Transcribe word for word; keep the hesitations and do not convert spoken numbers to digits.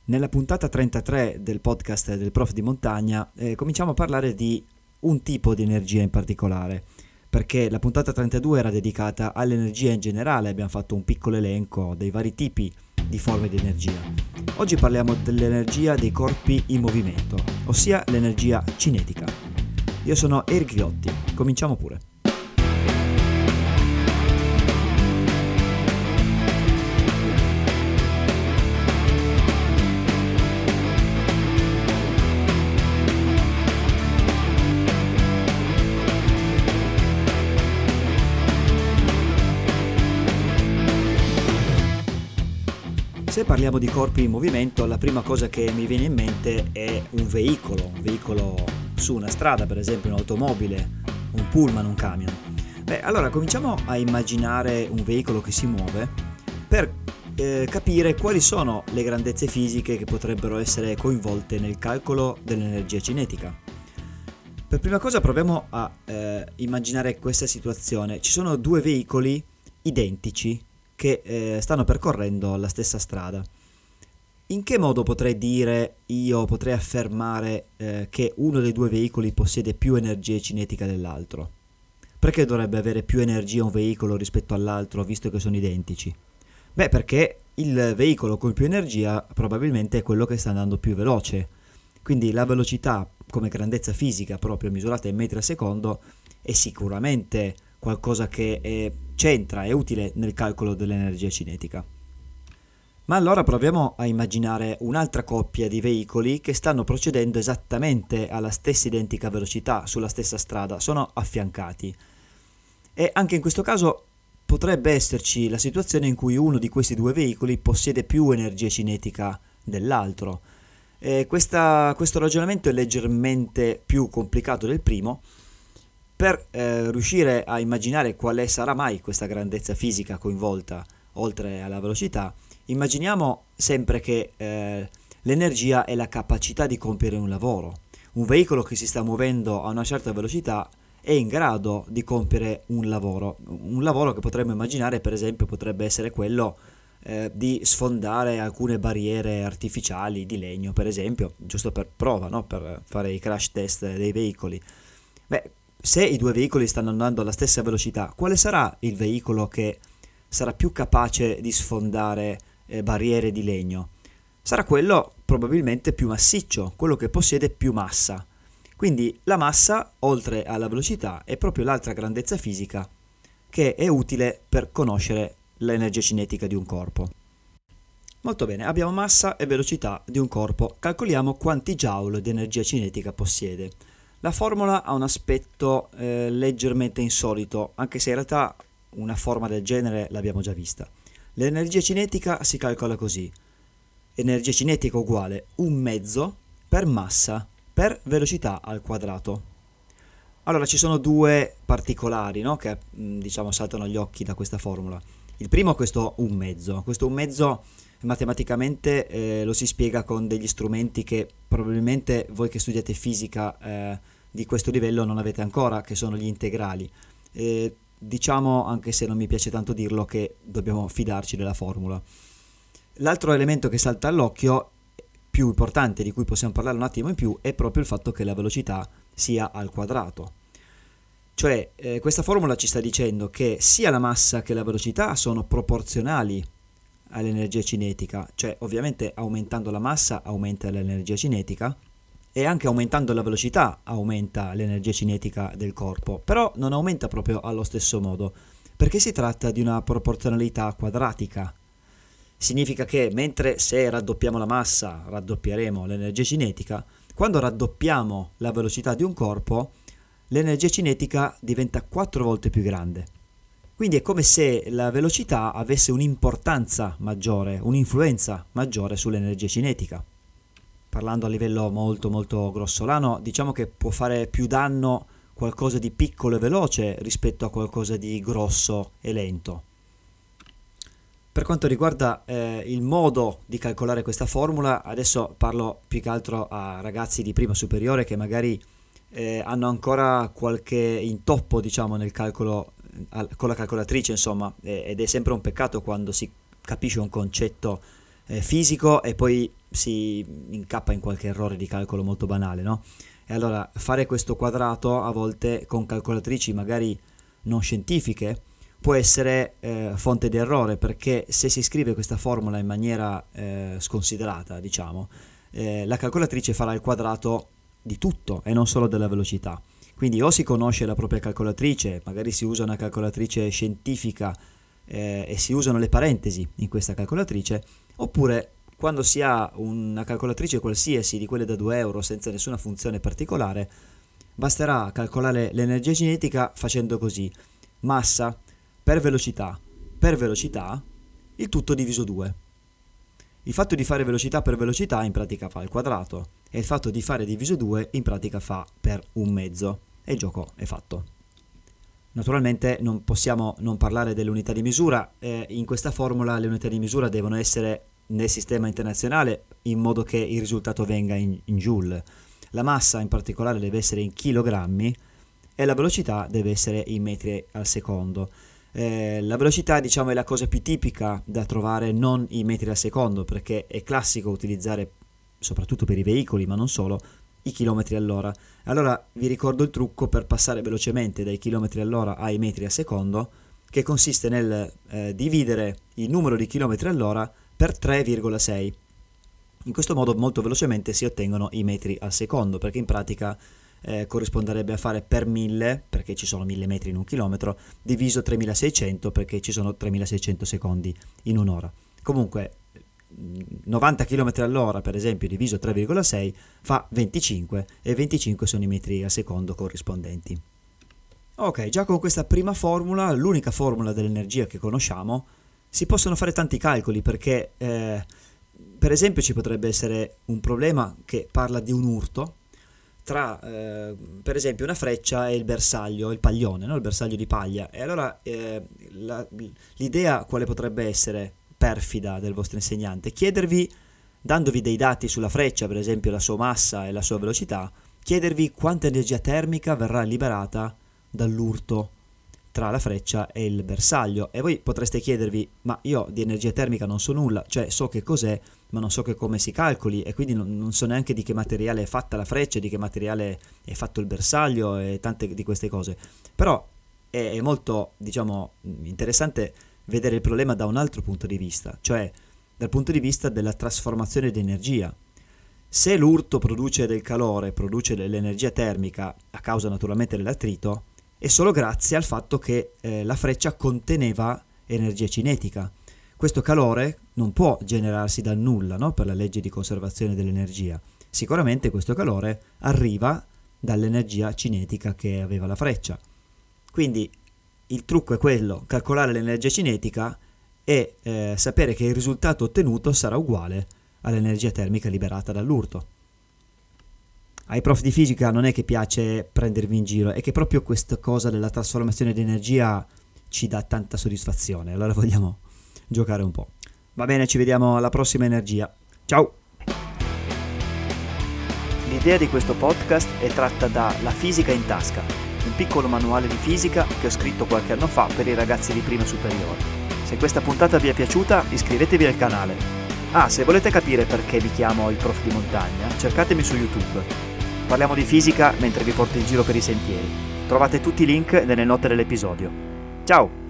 Nella puntata trentatré del podcast del Prof di Montagna eh, cominciamo a parlare di un tipo di energia in particolare, perché la puntata trentadue era dedicata all'energia in generale, abbiamo fatto un piccolo elenco dei vari tipi di forme di energia. Oggi parliamo dell'energia dei corpi in movimento, ossia l'energia cinetica. Io sono Eric Viotti, cominciamo pure. Se parliamo di corpi in movimento, la prima cosa che mi viene in mente è un veicolo, un veicolo su una strada, per esempio un'automobile, un pullman, un camion. Beh, allora cominciamo a immaginare un veicolo che si muove per eh, capire quali sono le grandezze fisiche che potrebbero essere coinvolte nel calcolo dell'energia cinetica. Per prima cosa proviamo a eh, immaginare questa situazione. Ci sono due veicoli identici che eh, stanno percorrendo la stessa strada. In che modo potrei dire, io potrei affermare eh, che uno dei due veicoli possiede più energia cinetica dell'altro? Perché dovrebbe avere più energia un veicolo rispetto all'altro, visto che sono identici? Beh, perché il veicolo con più energia probabilmente è quello che sta andando più veloce. Quindi la velocità come grandezza fisica, proprio misurata in metri al secondo, è sicuramente qualcosa che è, c'entra, è utile nel calcolo dell'energia cinetica. Ma allora proviamo a immaginare un'altra coppia di veicoli che stanno procedendo esattamente alla stessa identica velocità sulla stessa strada, sono affiancati. E anche in questo caso potrebbe esserci la situazione in cui uno di questi due veicoli possiede più energia cinetica dell'altro. E questa, questo ragionamento è leggermente più complicato del primo. Per eh, riuscire a immaginare quale sarà mai questa grandezza fisica coinvolta oltre alla velocità, immaginiamo sempre che eh, l'energia è la capacità di compiere un lavoro. Un veicolo che si sta muovendo a una certa velocità è in grado di compiere un lavoro, un lavoro che potremmo immaginare, per esempio, potrebbe essere quello eh, di sfondare alcune barriere artificiali di legno, per esempio, giusto per prova, no? Per fare i crash test dei veicoli. Beh, se i due veicoli stanno andando alla stessa velocità, quale sarà il veicolo che sarà più capace di sfondare eh, barriere di legno? Sarà quello probabilmente più massiccio, quello che possiede più massa. Quindi la massa, oltre alla velocità, è proprio l'altra grandezza fisica che è utile per conoscere l'energia cinetica di un corpo. Molto bene, abbiamo massa e velocità di un corpo. Calcoliamo quanti joule di energia cinetica possiede. La formula ha un aspetto eh, leggermente insolito, anche se in realtà una forma del genere l'abbiamo già vista. L'energia cinetica si calcola così: energia cinetica uguale un mezzo per massa per velocità al quadrato. Allora ci sono due particolari, no, che mh, diciamo saltano agli occhi da questa formula. Il primo è questo un mezzo. Questo un mezzo matematicamente eh, lo si spiega con degli strumenti che probabilmente voi che studiate fisica eh, di questo livello non avete ancora, che sono gli integrali. Eh, diciamo, anche se non mi piace tanto dirlo, che dobbiamo fidarci della formula. L'altro elemento che salta all'occhio, più importante, di cui possiamo parlare un attimo in più, è proprio il fatto che la velocità sia al quadrato. Cioè eh, questa formula ci sta dicendo che sia la massa che la velocità sono proporzionali all'energia cinetica, cioè ovviamente aumentando la massa aumenta l'energia cinetica e anche aumentando la velocità aumenta l'energia cinetica del corpo, però non aumenta proprio allo stesso modo, perché si tratta di una proporzionalità quadratica. Significa che mentre se raddoppiamo la massa raddoppieremo l'energia cinetica, quando raddoppiamo la velocità di un corpo l'energia cinetica diventa quattro volte più grande. Quindi è come se la velocità avesse un'importanza maggiore, un'influenza maggiore sull'energia cinetica. Parlando a livello molto molto grossolano, diciamo che può fare più danno qualcosa di piccolo e veloce rispetto a qualcosa di grosso e lento. Per quanto riguarda eh, il modo di calcolare questa formula, adesso parlo più che altro a ragazzi di prima superiore che magari eh, hanno ancora qualche intoppo, diciamo, nel calcolo con la calcolatrice, insomma, ed è sempre un peccato quando si capisce un concetto eh, fisico e poi si incappa in qualche errore di calcolo molto banale, no? E allora fare questo quadrato a volte con calcolatrici magari non scientifiche può essere eh, fonte di errore, perché se si scrive questa formula in maniera eh, sconsiderata, diciamo, eh, la calcolatrice farà il quadrato di tutto e non solo della velocità. Quindi o si conosce la propria calcolatrice, magari si usa una calcolatrice scientifica eh, e si usano le parentesi in questa calcolatrice, oppure quando si ha una calcolatrice qualsiasi di quelle da due euro senza nessuna funzione particolare, basterà calcolare l'energia cinetica facendo così: massa per velocità per velocità, il tutto diviso due. Il fatto di fare velocità per velocità in pratica fa il quadrato, e il fatto di fare diviso due in pratica fa per un mezzo, e il gioco è fatto. Naturalmente non possiamo non parlare delle unità di misura. Eh, in questa formula le unità di misura devono essere nel sistema internazionale in modo che il risultato venga in, in joule. La massa in particolare deve essere in chilogrammi e la velocità deve essere in metri al secondo. Eh, la velocità, diciamo, è la cosa più tipica da trovare, non i metri al secondo, perché è classico utilizzare, soprattutto per i veicoli ma non solo, i chilometri all'ora. Allora vi ricordo il trucco per passare velocemente dai chilometri all'ora ai metri al secondo, che consiste nel eh, dividere il numero di chilometri all'ora per tre virgola sei. In questo modo molto velocemente si ottengono i metri al secondo, perché in pratica eh, corrisponderebbe a fare per mille, perché ci sono mille metri in un chilometro, diviso tremilaseicento, perché ci sono tremilaseicento secondi in un'ora. Comunque novanta chilometri all'ora, per esempio, diviso tre virgola sei fa venticinque, e venticinque sono i metri al secondo corrispondenti. Ok, già con questa prima formula, l'unica formula dell'energia che conosciamo, si possono fare tanti calcoli, perché eh, per esempio ci potrebbe essere un problema che parla di un urto tra eh, per esempio una freccia e il bersaglio, il paglione, no? Il bersaglio di paglia. E allora eh, la, l'idea quale potrebbe essere, perfida, del vostro insegnante? Chiedervi, dandovi dei dati sulla freccia, per esempio la sua massa e la sua velocità, chiedervi quanta energia termica verrà liberata dall'urto tra la freccia e il bersaglio. E voi potreste chiedervi: ma io di energia termica non so nulla, cioè so che cos'è ma non so che come si calcoli, e quindi non, non so neanche di che materiale è fatta la freccia, di che materiale è fatto il bersaglio e tante di queste cose. Però è, è molto, diciamo, interessante vedere il problema da un altro punto di vista, cioè dal punto di vista della trasformazione di energia. Se l'urto produce del calore, produce dell'energia termica a causa naturalmente dell'attrito, è solo grazie al fatto che eh, la freccia conteneva energia cinetica. Questo calore non può generarsi dal nulla, no? Per la legge di conservazione dell'energia. Sicuramente questo calore arriva dall'energia cinetica che aveva la freccia. Quindi il trucco è quello: calcolare l'energia cinetica e eh, sapere che il risultato ottenuto sarà uguale all'energia termica liberata dall'urto. Ai prof di fisica non è che piace prendervi in giro, è che proprio questa cosa della trasformazione di energia ci dà tanta soddisfazione, allora vogliamo giocare un po'. Va bene, ci vediamo alla prossima energia. Ciao! L'idea di questo podcast è tratta da La Fisica in Tasca, un piccolo manuale di fisica che ho scritto qualche anno fa per i ragazzi di prima superiore. Se questa puntata vi è piaciuta, iscrivetevi al canale. Ah, se volete capire perché vi chiamo il prof di montagna, cercatemi su YouTube. Parliamo di fisica mentre vi porto in giro per i sentieri. Trovate tutti i link nelle note dell'episodio. Ciao!